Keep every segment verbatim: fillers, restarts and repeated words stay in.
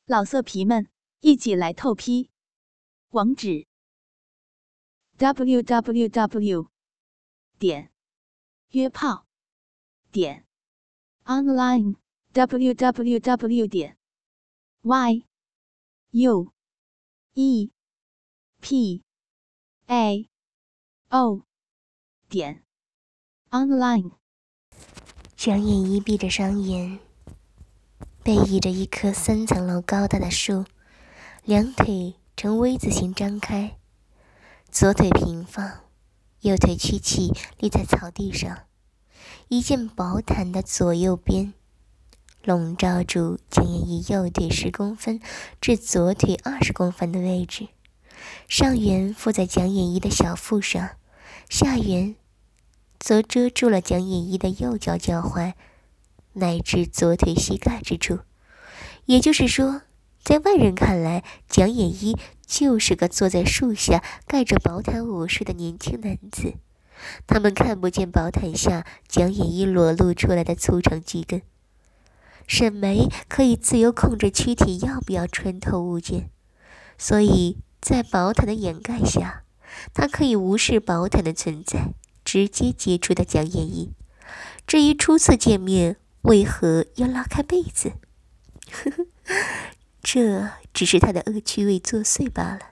老色皮们，一起来透批！网址 ：double u double u double u 点约炮点 online w w w 点 y u e p a o 点 online。 蒋眼一闭着双眼，背倚着一棵三层楼高大的树，两腿呈 V 字形张开，左腿平放，右腿屈起立在草地上，一件薄毯的左右边笼罩住蒋眼一右腿十公分至左腿二十公分的位置，上缘附在蒋眼一的小腹上，下缘则遮住了蒋眼一的右脚脚踝乃至左腿膝盖之处。也就是说，在外人看来，蒋眼一就是个坐在树下盖着薄毯午睡的年轻男子，他们看不见薄毯下蒋眼一裸露出来的粗长肌根。沈眉可以自由控制躯体要不要穿透物件，所以在薄毯的掩盖下，他可以无视薄毯的存在，直接接触到蒋眼一。至于初次见面为何要拉开被子，呵呵，这只是他的恶趣味作祟罢了。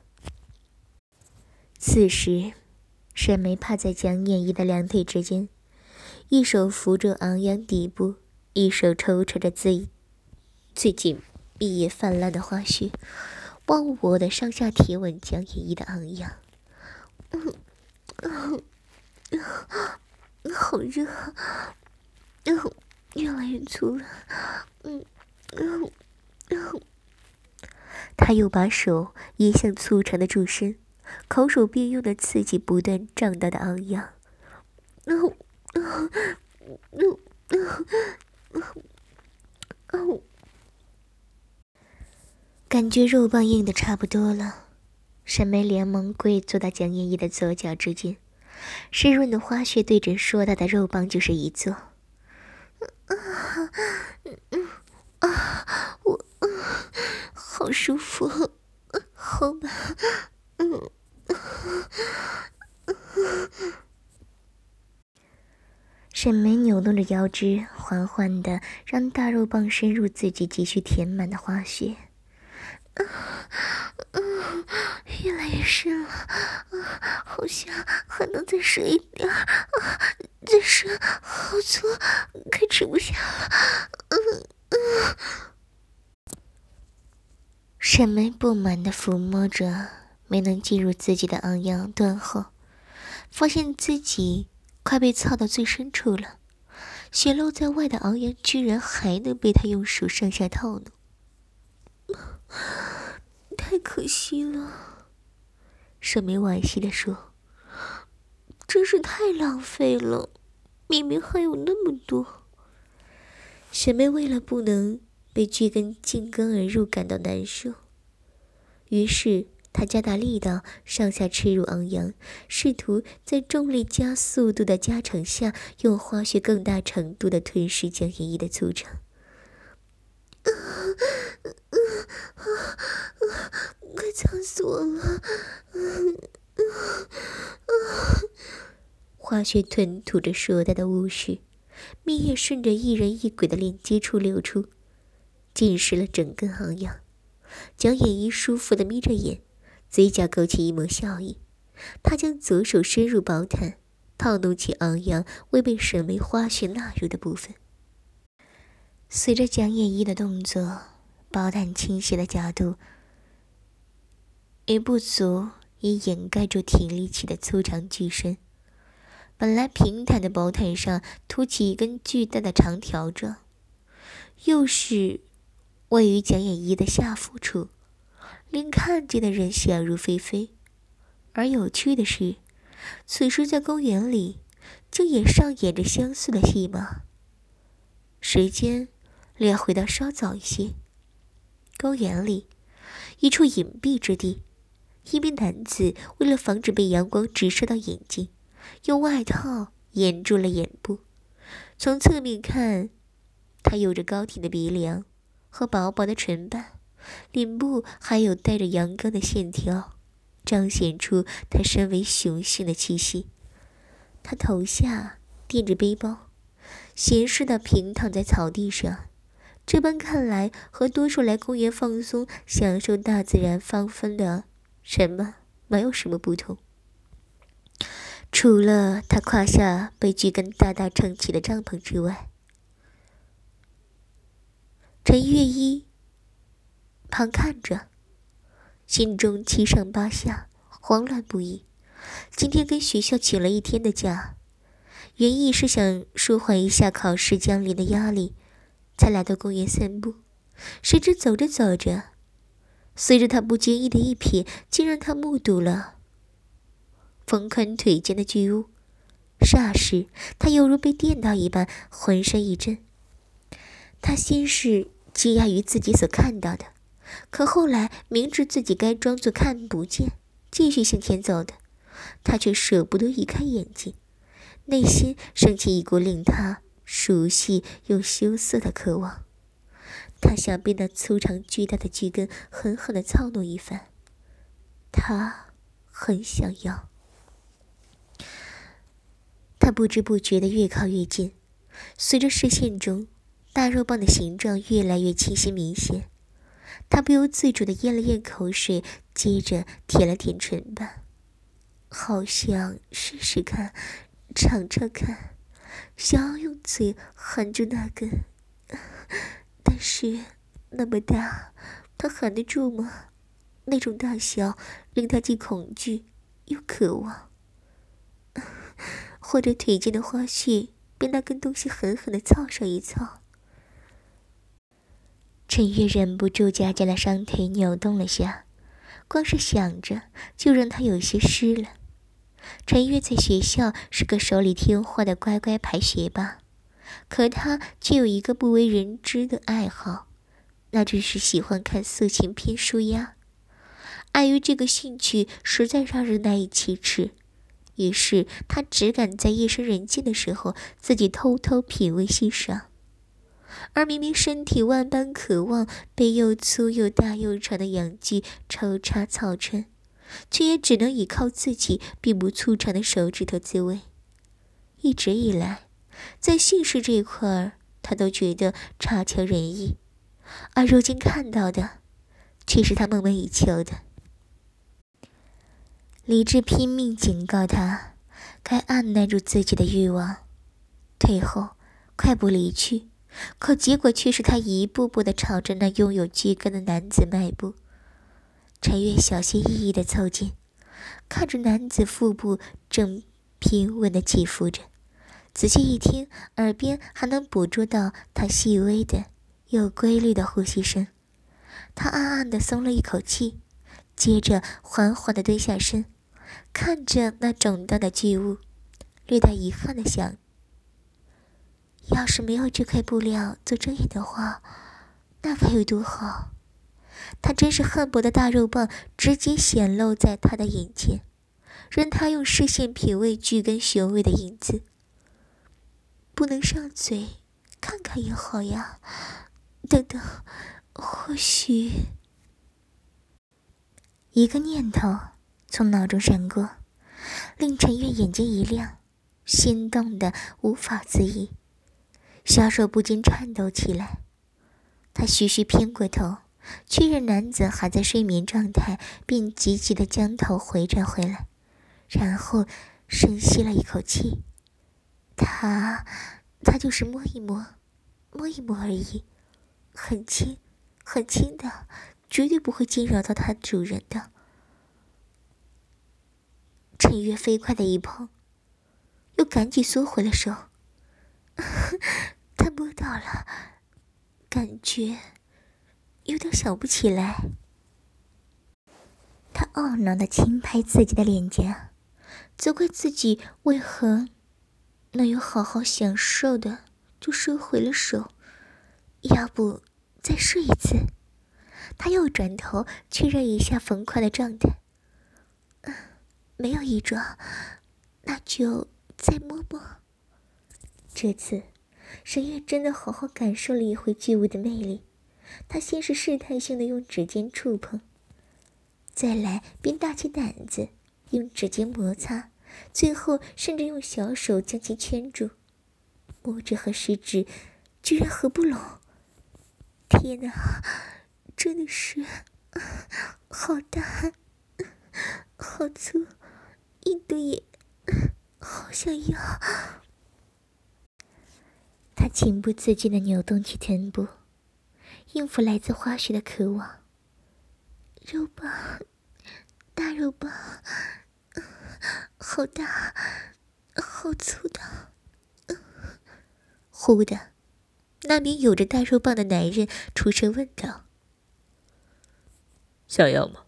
此时沈眉趴在蒋眼一的两腿之间，一手扶住昂扬底部，一手抽扯着自己最近蜜液泛滥的花穴，忘我的上下贴吻蒋眼一的昂扬。嗯嗯嗯，好热，嗯，越来越粗了，嗯嗯嗯。他又把手移向粗长的柱身，口手并用的刺激不断胀大的昂扬。嗯嗯嗯嗯嗯，感觉肉棒硬的差不多了，沈眉连忙跪坐到蒋眼一的左脚之间，湿润的花穴对准硕大的肉棒就是一坐。啊嗯啊，我嗯，好舒服，好吧，嗯嗯。沈眉扭动着腰肢，缓缓地让大肉棒深入自己急需填满的花穴。嗯嗯，越来越深了，啊，好像还能再深一点，啊，再深，好粗，快吃不下了。嗯嗯。沈眉不满地抚摸着没能进入自己的昂扬段后，发现自己快被操到最深处了，血露在外的昂扬居然还能被他用手上下套弄，太可惜了。沈眉惋惜地说，真是太浪费了，明明还有那么多。沈眉为了不能被巨根进根而入感到难受，于是他加大力道，上下吃入昂扬，试图在重力加速度的加成下，用花穴更大程度的吞噬蒋眼一的粗长。快呛死我了！花穴吞吐着硕大的物质，蜜液顺着一人一鬼的连接处流出，浸湿了整根昂扬。蒋眼一舒服地眯着眼，嘴角勾起一抹笑意。他将左手伸入薄毯，套弄起昂扬未被沈眉花穴纳入的部分。随着蒋眼一的动作，薄毯倾斜的角度也不足以掩盖住挺立起的粗长巨身。本来平坦的薄毯上凸起一根巨大的长条状，又是位于蒋眼一的下腹处，令看见的人想入非非。而有趣的是，此时在公园里竟也上演着相似的戏码。时间略回到稍早一些，公园里一处隐蔽之地，一名男子为了防止被阳光直射到眼睛，用外套掩住了眼部。从侧面看，他有着高挺的鼻梁和薄薄的唇瓣， 脸部还有带着阳刚的线条，彰显出他身为雄性的气息。他头下垫着背包，闲适地平躺在草地上，这般看来和多数来公园放松享受大自然芳芬的人们没有什么不同。除了他胯下被巨根大大撑起的帐篷之外，陈月一旁看着，心中七上八下，慌乱不已。今天跟学校请了一天的假，原意是想舒缓一下考试将临的压力，才来到公园散步。谁知走着走着，随着他不经意的一瞥，竟让他目睹了冯宽腿间的巨物。霎时，他犹如被电到一般，浑身一震。他先是惊讶于自己所看到的，可后来明知自己该装作看不见，继续向前走的，他却舍不得移开眼睛，内心升起一股令他熟悉又羞涩的渴望。他想被那粗长巨大的巨根狠狠地操弄一番，他很想要。他不知不觉地越靠越近，随着视线中大肉棒的形状越来越清晰明显，他不由自主地咽了咽口水，接着舔了舔唇瓣，好想试试看，尝尝看，想要用嘴含住那根，但是那么大，他含得住吗？那种大小令他既恐惧又渴望。或者腿间的花絮被那根东西狠狠地操上一操。陈月忍不住夹着了双腿扭动了下，光是想着就让他有些湿了。陈月在学校是个手里听话的乖乖牌学霸，可他却有一个不为人知的爱好，那就是喜欢看色情片舒压。碍于这个兴趣实在让人难以启齿，于是他只敢在夜深人静的时候自己偷偷品味欣赏。而明明身体万般渴望被又粗又大又长的阳具抽插操穿，却也只能依靠自己并不粗长的手指头自慰。一直以来，在性事这一块儿，他都觉得差强人意，而如今看到的却是他梦寐以求的。理智拼命警告他该按耐住自己的欲望，退后快步离去，可结果却是他一步步地朝着那拥有巨根的男子迈步。陈月小心翼翼地凑近，看着男子腹部正平稳地起伏着，仔细一听，耳边还能捕捉到他细微的有规律的呼吸声。他暗暗地松了一口气，接着缓缓地蹲下身，看着那肿大的巨物，略带遗憾地想，要是没有这块布料做遮掩的话，那该有多好。他真是恨不得大肉棒直接显露在他的眼前，任他用视线品味巨根雄伟的影子。不能上嘴看看也好呀，等等，或许……一个念头从脑中闪过，令陈月眼睛一亮，心动得无法自抑，小手不禁颤抖起来。他徐徐偏过头，确认男子还在睡眠状态，并急急地将头回转回来，然后深吸了一口气。他他就是摸一摸摸一摸而已，很轻很轻的，绝对不会惊扰到他主人的。陈月飞快的一碰，又赶紧缩回了手。他摸到了，感觉有点想不起来。他懊恼的轻拍自己的脸颊，责怪自己为何能有好好享受的就收回了手，要不再试一次。他又转头确认一下冯宽的状态，嗯，没有异状，那就再摸摸。这次沈月真的好好感受了一回巨物的魅力， 他先是试探性的用指尖触碰，再来便大起胆子用指尖摩擦，最后甚至用小手将其圈住。拇指和食指居然合不拢，天哪，真的是好大，好粗，印度也好想要。他情不自禁地扭动起臀部，应付来自花絮的渴望。肉棒，大肉棒，好大，好粗的。忽的，那名有着大肉棒的男人出声问道：“ 想要吗？”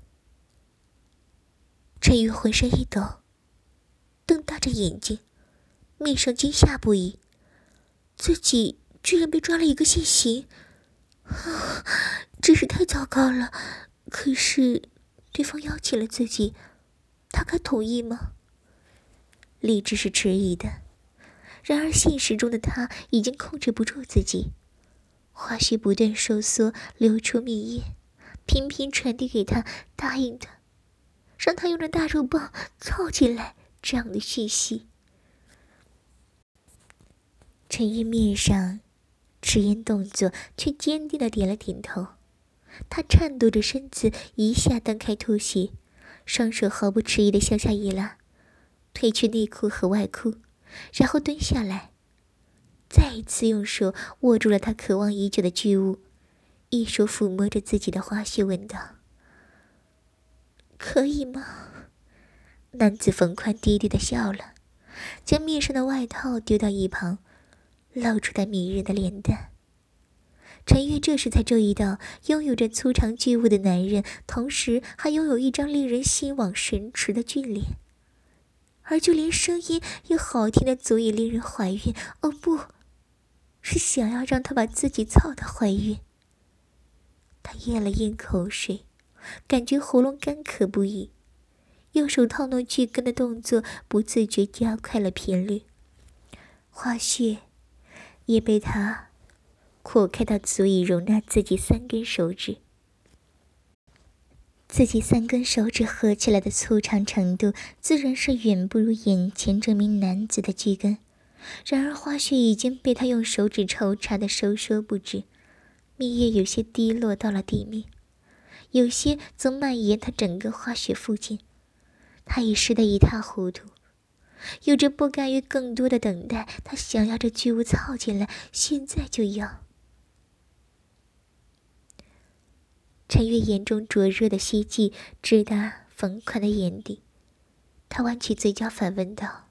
陈宇浑身一抖，瞪大着眼睛，面上惊吓不已，自己居然被抓了一个现行，啊，真是太糟糕了。可是对方邀请了自己，他该同意吗？理智是迟疑的，然而现实中的他已经控制不住自己，花絮不断收缩，流出蜜液，频频传递给他答应的，让他用着大肉棒操进来这样的讯息。陈玉面上迟疑动作，却坚定地点了点头。他颤抖着身子一下蹬开拖鞋，双手毫不迟疑地向下一拉，褪去内裤和外裤，然后蹲下来，再一次用手握住了他渴望已久的巨物，一手抚摸着自己的花絮问道：“可以吗？”男子冯宽低低地笑了，将面上的外套丢到一旁，露出他迷人的脸蛋。陈月这时才注意到，拥有着粗长巨物的男人，同时还拥有一张令人心往神驰的俊脸，而就连声音也好听的足以令人怀孕。哦不，是想要让他把自己操到怀孕。他咽了咽口水，感觉喉咙干渴不已，右手套弄巨根的动作不自觉加快了频率，花絮也被他扩开到足以容纳自己三根手指。自己三根手指合起来的粗长程度，自然是远不如眼前这名男子的巨根。然而花絮已经被他用手指抽插的收缩不止，蜜液有些滴落到了地面，有些则蔓延他整个花穴附近。他已湿得一塌糊涂，有着不甘于更多的等待，他想要这巨物操进来，现在就要。陈月眼中灼热的希冀直达冯宽的眼底，他弯起嘴角反问道：“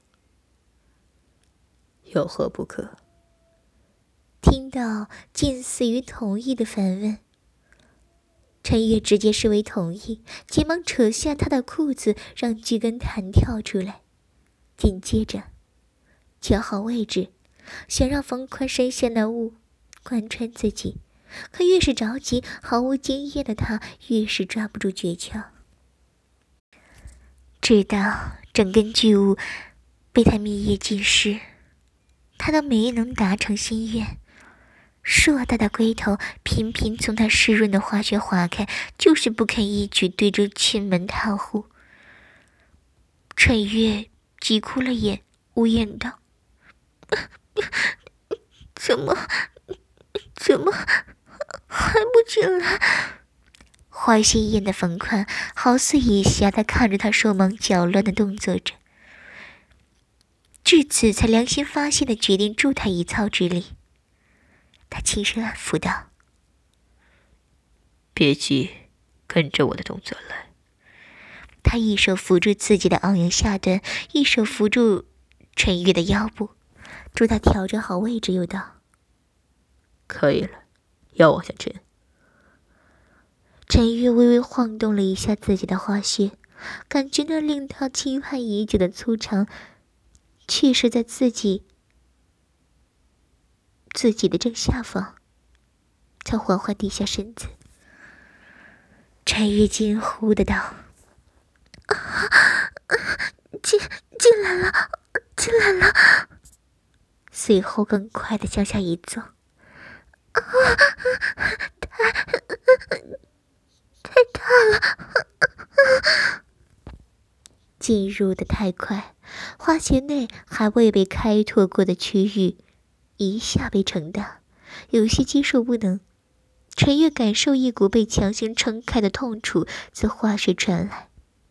有何不可？” 听到近似于同意的反问，陈月直接视为同意，急忙扯下他的裤子，让巨根弹跳出来，紧接着调好位置，想让冯宽身下那物贯穿自己。可越是着急，毫无经验的他越是抓不住诀窍，直到整根巨物被他蜜液浸湿，他都没能达成心愿。硕大的龟头频频从他湿润的花穴划开，就是不肯一举对着前门踏户。陈月急哭了眼，呜咽道：“怎么怎么还不进来？”花心眼的冯宽好似野瞎地看着他手忙脚乱的动作着，至此才良心发现地决定助他一操之力。他轻声安抚道：“ 别急，跟着我的动作来。” 他一手扶住自己的昂扬下端，一手扶住陈月的腰部，助他调整好位置，又道：“ 可以了，要往下沉。” 陈月微微晃动了一下自己的花穴，感觉那令他期盼已久的粗长，却是在自己自己的正下方。他缓缓低下身子，陈月惊呼的道：“进进来了，进来了！”随后更快的向下一坐， 了！进入的太快，花穴内还未被开拓过的区域一下被撑大，有些接受不能。陈月感受一股被强行撑开的痛楚自花穴传来，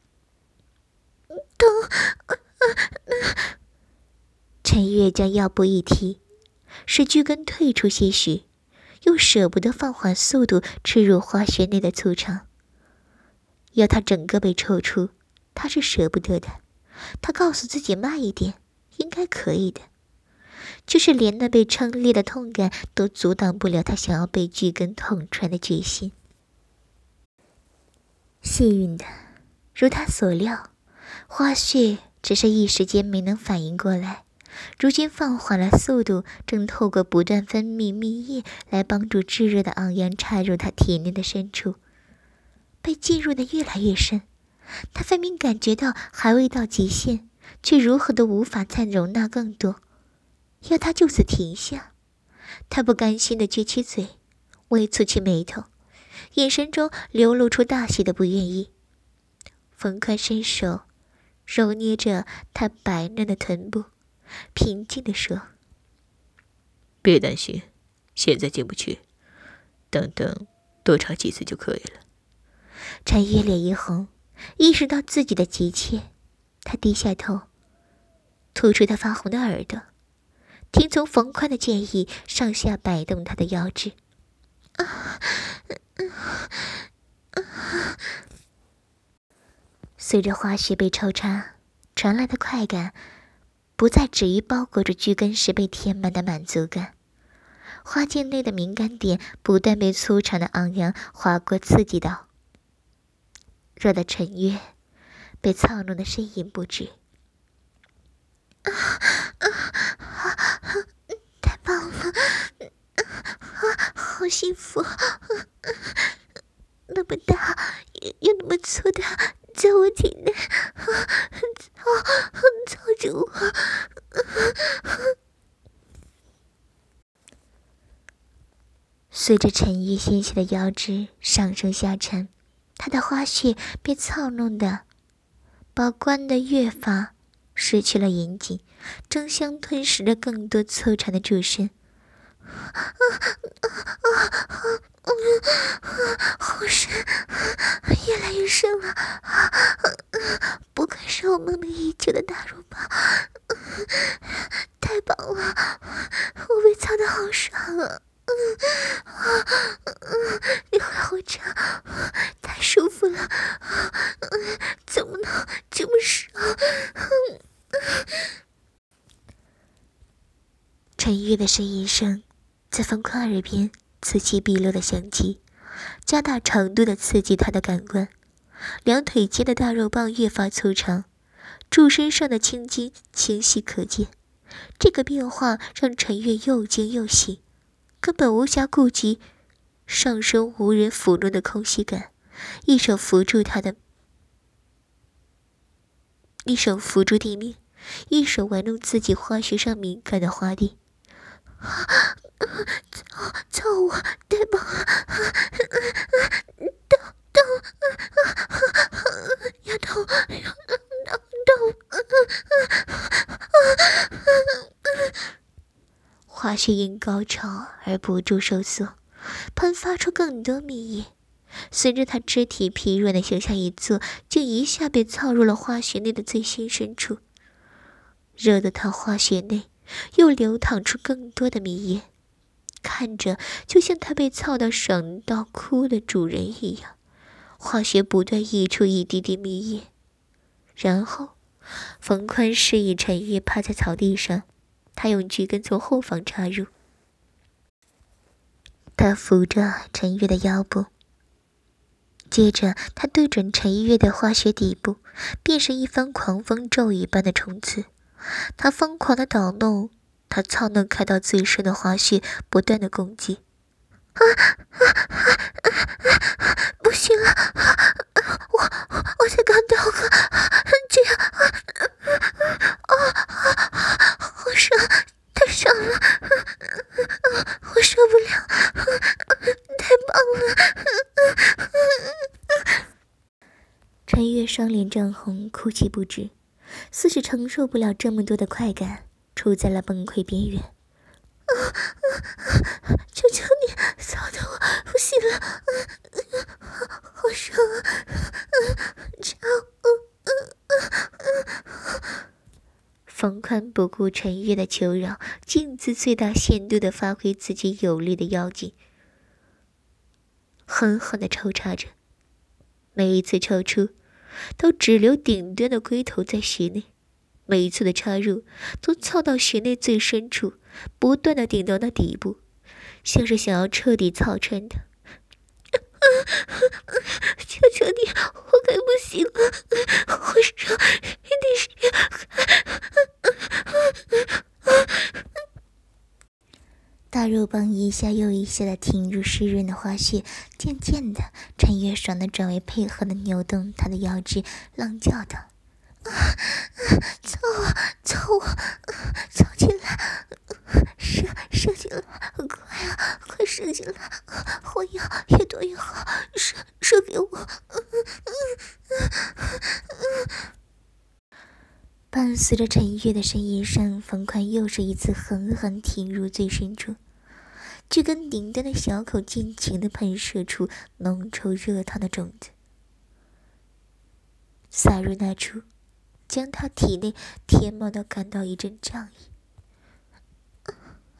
痛！陈月将腰部一提，使巨根退出些许，又舍不得放缓速度吃入花穴内的粗肠。要他整个被抽出，他是舍不得的。他告诉自己慢一点，应该可以的。就是连那被撑裂的痛感都阻挡不了他想要被巨根捅穿的决心。幸运的，如他所料，花穴只是一时间没能反应过来，如今放缓了速度，正透过不断分泌蜜液来帮助炙热的昂扬插入他体内的深处，被浸入的越来越深。他分明感觉到还未到极限，却如何都无法再容纳更多，要他就此停下。他不甘心地撅起嘴，微蹙起眉头，眼神中流露出大喜的不愿意。冯宽伸手揉捏着他白嫩的臀部，平静地说： 别担心，现在进不去，等等多插几次就可以了。 陈月脸一红，意识到自己的急切，他低下头，吐出他发红的耳朵，听从冯宽的建议，上下摆动他的腰肢。啊啊、随着花穴被抽插传来的快感，不再止于包裹着巨根时被填满的满足感，花茎内的敏感点不断被粗长的昂扬划过刺激到，热得陈月被操弄的呻吟不止。啊啊啊、太棒了、啊、好幸福、啊、那么大又那么粗的在我体内，啊啊、操着我、啊、随着陈月纤细的腰肢上升下沉，他的花穴被操弄的把关的越发失去了严谨，争相吞噬着更多粗长的助身。啊啊啊啊好深，越来越深了！不愧是我梦寐已久的大肉包，太棒了！我被操得好爽啊！你会好长，太舒服了，怎么能这么爽？陈月的呻吟声在冯宽耳边此起彼落的响起，加大程度的刺激他的感官。两腿间的大肉棒越发粗长，柱身上的青筋清晰可见。这个变化让陈月又惊又喜，根本无暇顾及上身无人抚弄的空虚感，一手扶住他的，一手扶住地面，一手玩弄自己花穴上敏感的花蒂。操操我，太棒了！动动，要动，要动动。花穴因高潮而不住收缩，喷发出更多蜜液。随着他肢体疲软的向下一坐，竟一下被操入了花穴内的最深深处，热得他花穴内又流淌出更多的蜜液，看着就像他被操到爽到哭的主人一样。花穴不断溢出一滴滴蜜液，然后冯宽示意陈月趴在草地上，他用巨根从后方插入。他扶着陈月的腰部，接着他对准陈月的花穴底部，便是一番狂风骤雨般的冲刺。他疯狂的捣弄他操弄开到最深的花穴，不断的攻击。啊啊啊啊！不行了，我我才刚到过，这样啊啊啊！好爽，太爽了，我受不了，太棒了！ 陈月双脸涨红，哭泣不止，似是承受不了这么多的快感，处在了崩溃边缘。啊啊！求求你，操得我不行了！啊啊、好爽啊！超！啊啊啊！冯宽不顾陈月的求饶，尽自最大限度地发挥自己有力的腰劲，狠狠地抽插着。每一次抽出，都只留顶端的龟头在穴内。每一次的插入都操到穴内最深处，不断的顶到那底部，像是想要彻底操穿它。求求你，我快不行了，我手一定是……大肉棒一下又一下的挺入湿润的花穴，渐渐的，陈月爽的转为配合的扭动他的腰肢，浪叫道。啊啊！操我，操我，操进来，射射进来，快啊，快射进来！火药越多越好，射射给我！伴随着陈月的呻吟声，冯宽又是一次狠狠挺入最深处，这根顶端的小口尽情地喷射出浓稠热烫的种子，洒入那处，将他体内填满到感到一阵胀意。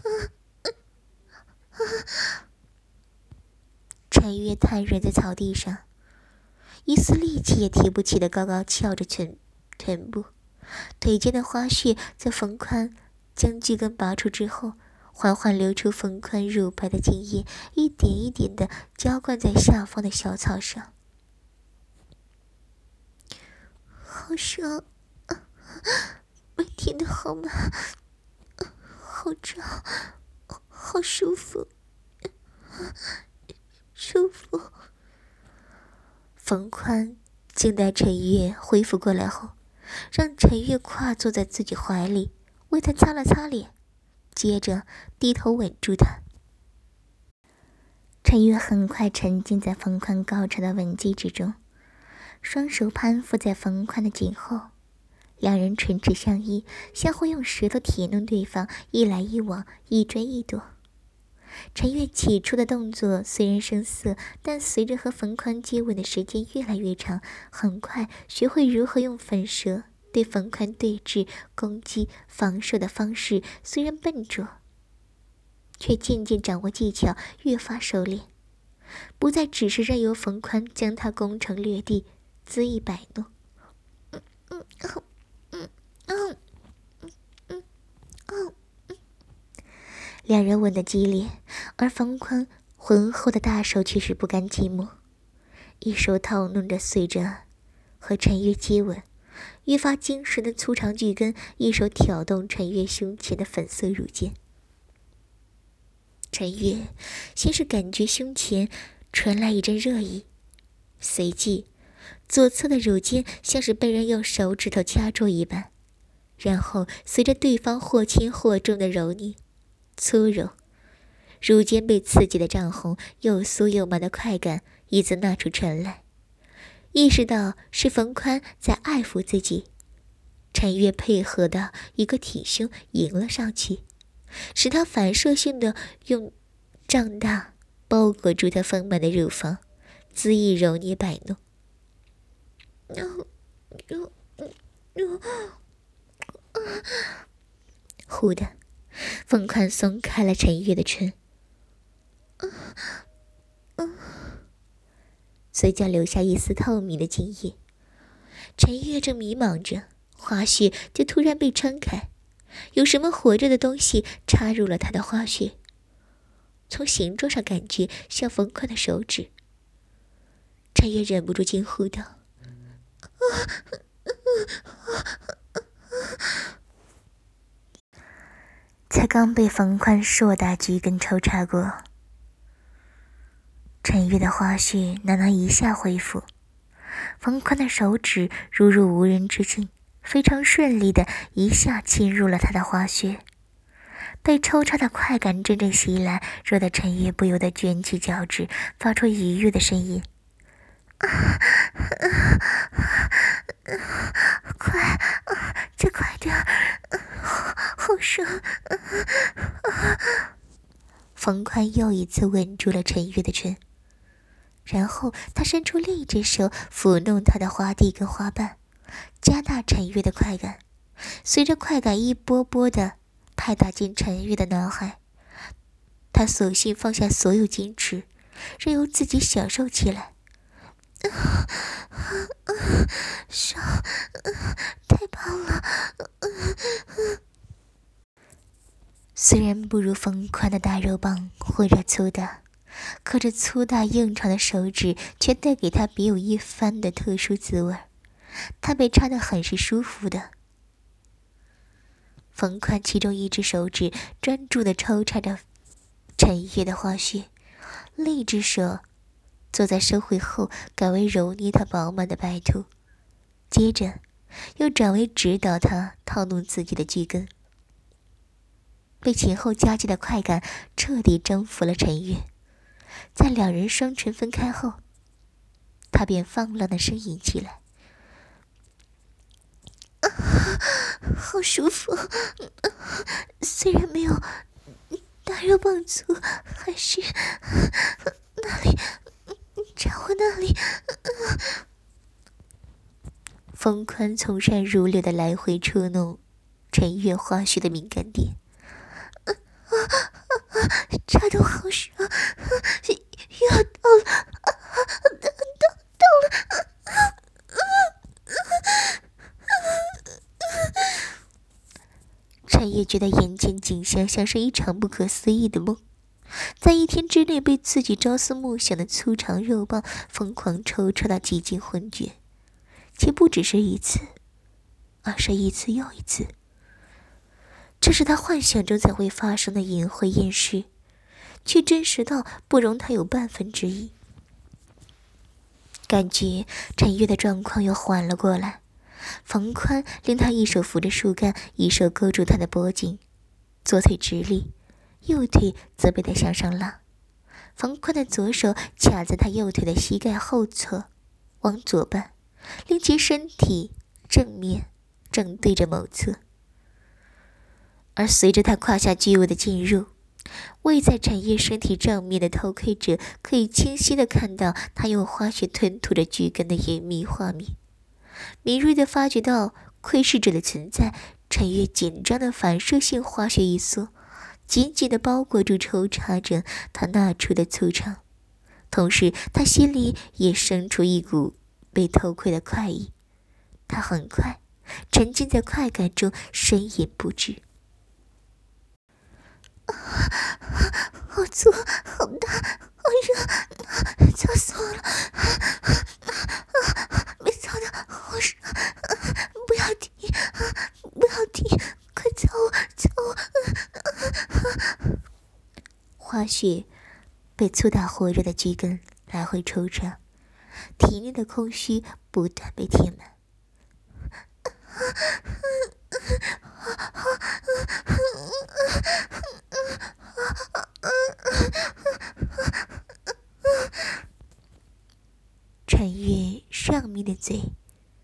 陈月瘫软在草地上，一丝力气也提不起的高高翘着臀臀部，腿间的花絮在冯宽将巨根拔出之后，缓缓流出冯宽乳白的精液，一点一点的浇灌在下方的小草上。好爽！没停的好吗？好胀，好舒服，舒服。冯宽静待陈月恢复过来后，让陈月跨坐在自己怀里，为他擦了擦脸，接着低头吻住他。陈月很快沉浸在冯宽高潮的吻技之中，双手攀附在冯宽的颈后，两人唇齿相依，相互用舌头舔弄对方，一来一往，一追一躲。陈月起初的动作虽然生涩，但随着和冯宽接吻的时间越来越长，很快学会如何用粉舌对冯宽对峙、攻击、防守的方式，虽然笨拙，却渐渐掌握技巧，越发熟练，不再只是任由冯宽将他攻城略地、恣意摆弄。嗯嗯嗯嗯嗯嗯两人吻得激烈，而冯宽浑厚的大手却是不甘寂寞，一手套弄着随着和陈月接吻越发精神的粗长巨根，一手挑动陈月胸前的粉色乳尖。陈月先是感觉胸前传来一阵热意，随即左侧的乳尖像是被人用手指头掐住一般，然后随着对方或轻或重的揉捏粗揉，乳尖被刺激的涨红，又酥又麻的快感一自那处传来。意识到是冯宽在爱抚自己，陈月配合的一个挺胸迎了上去，使他反射性的用胀大包裹住他丰满的乳房，恣意揉捏摆弄。忽的，冯宽松开了陈月的唇，嘴角留下一丝透明的精液。陈月正迷茫着，花穴就突然被撑开，有什么活着的东西插入了他的花穴，从形状上感觉像冯宽的手指。陈月忍不住惊呼道：才刚被冯宽硕大巨根抽插过，陈月的花絮哪能一下恢复？冯宽的手指如入无人之境，非常顺利的一下侵入了他的花穴。被抽插的快感阵阵袭来，惹得陈月不由得卷起脚趾，发出愉悦的声音。啊啊爽！冯宽又一次吻住了陈月的唇，然后他伸出另一只手抚弄她的花蒂跟花瓣，加大陈月的快感。随着快感一波波的拍打进陈月的脑海，他索性放下所有矜持，任由自己享受起来。爽，太棒了！虽然不如冯宽的大肉棒或者粗大，可这粗大硬长的手指却带给他别有一番的特殊滋味，他被插得很是舒服的。冯宽其中一只手指专注地抽插着陈月的花穴，另一只手坐在收回后改为揉捏她饱满的白兔，接着又转为指导她套弄自己的巨根。被前后夹击的快感彻底征服了陈月，在两人双唇分开后，他便放浪的呻吟起来。啊，好舒服！虽然没有大肉棒粗，还是那里插我那里。冯宽从善如流的来回触弄陈月花絮的敏感点，啊啊啊！插动好爽，要到了，啊啊、到到了！啊啊陈月觉得眼前景象像是一场不可思议的梦，在一天之内被自己朝思暮想的粗长肉棒疯狂抽插到几近昏厥，且不只是一次，而是一次又一次。这是他幻想中才会发生的淫秽艳事，却真实到不容他有半分之一。感觉陈月的状况又缓了过来，冯宽令他一手扶着树干，一手勾住他的脖颈，左腿直立，右腿则被他向上拉。冯宽的左手卡在他右腿的膝盖后侧，往左半，令其身体正面正对着某侧。而随着他胯下巨物的进入，位在陈月身体正面的偷窥者可以清晰地看到他用花穴吞吐着巨根的隐秘画面。敏锐地发觉到窥视者的存在，陈月紧张的反射性花穴一缩，紧紧地包裹住抽插着他那处的粗长，同时他心里也生出一股被偷窥的快意。他很快沉浸在快感中，呻吟不止。好粗，好大，好热，操死我了！别操的，好爽！不要停，不要停，快操我，操我！花穴被粗大火热的巨根来回抽插，体内的空虚不断被填满。陈月上面的嘴，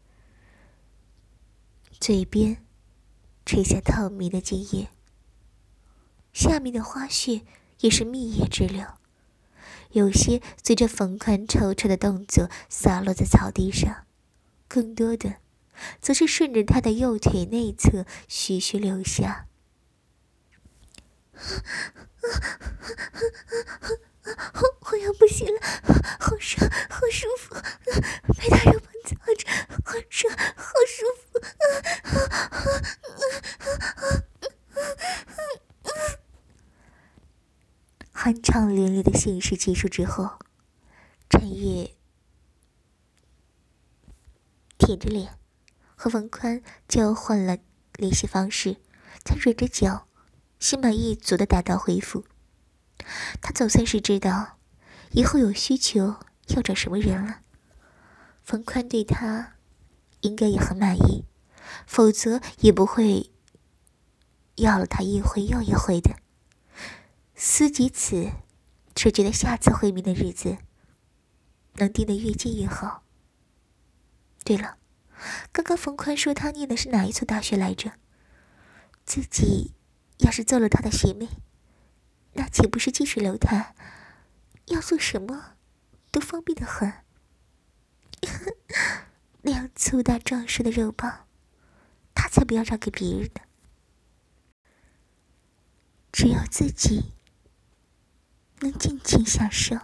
嘴边垂下透明的精液，下面的花穴也是蜜液直流，有些随着冯宽抽插的动作洒落在草地上，更多的则是顺着他的右腿内侧徐徐流下。我要不行了，好爽，好舒服，被大肉棒操着，好爽，好舒服。酣畅淋漓的性事结束之后，陈月舔着脸和冯宽交换了联系方式，他软着脚心满意足地打道回府。他总算是知道以后有需求要找什么人了。冯宽对他应该也很满意，否则也不会要了他一回又一回的。思及此，只觉得下次会面的日子能定得越近越好。对了，刚刚冯宽说他念的是哪一所大学来着？自己要是做了他的学妹，那岂不是近水楼台？要做什么都方便的很。那样粗大壮实的肉棒，他才不要让给别人的，只有自己能尽情享受。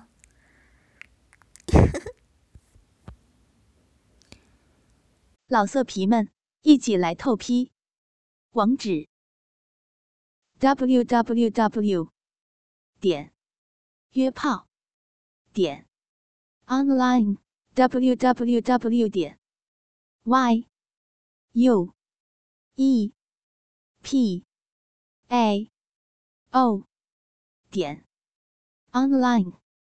老色皮们，一起来透批！网址 ：double-u double-u double-u 点约炮点 online double-u double-u double-u 点 y u e p a o 点 online。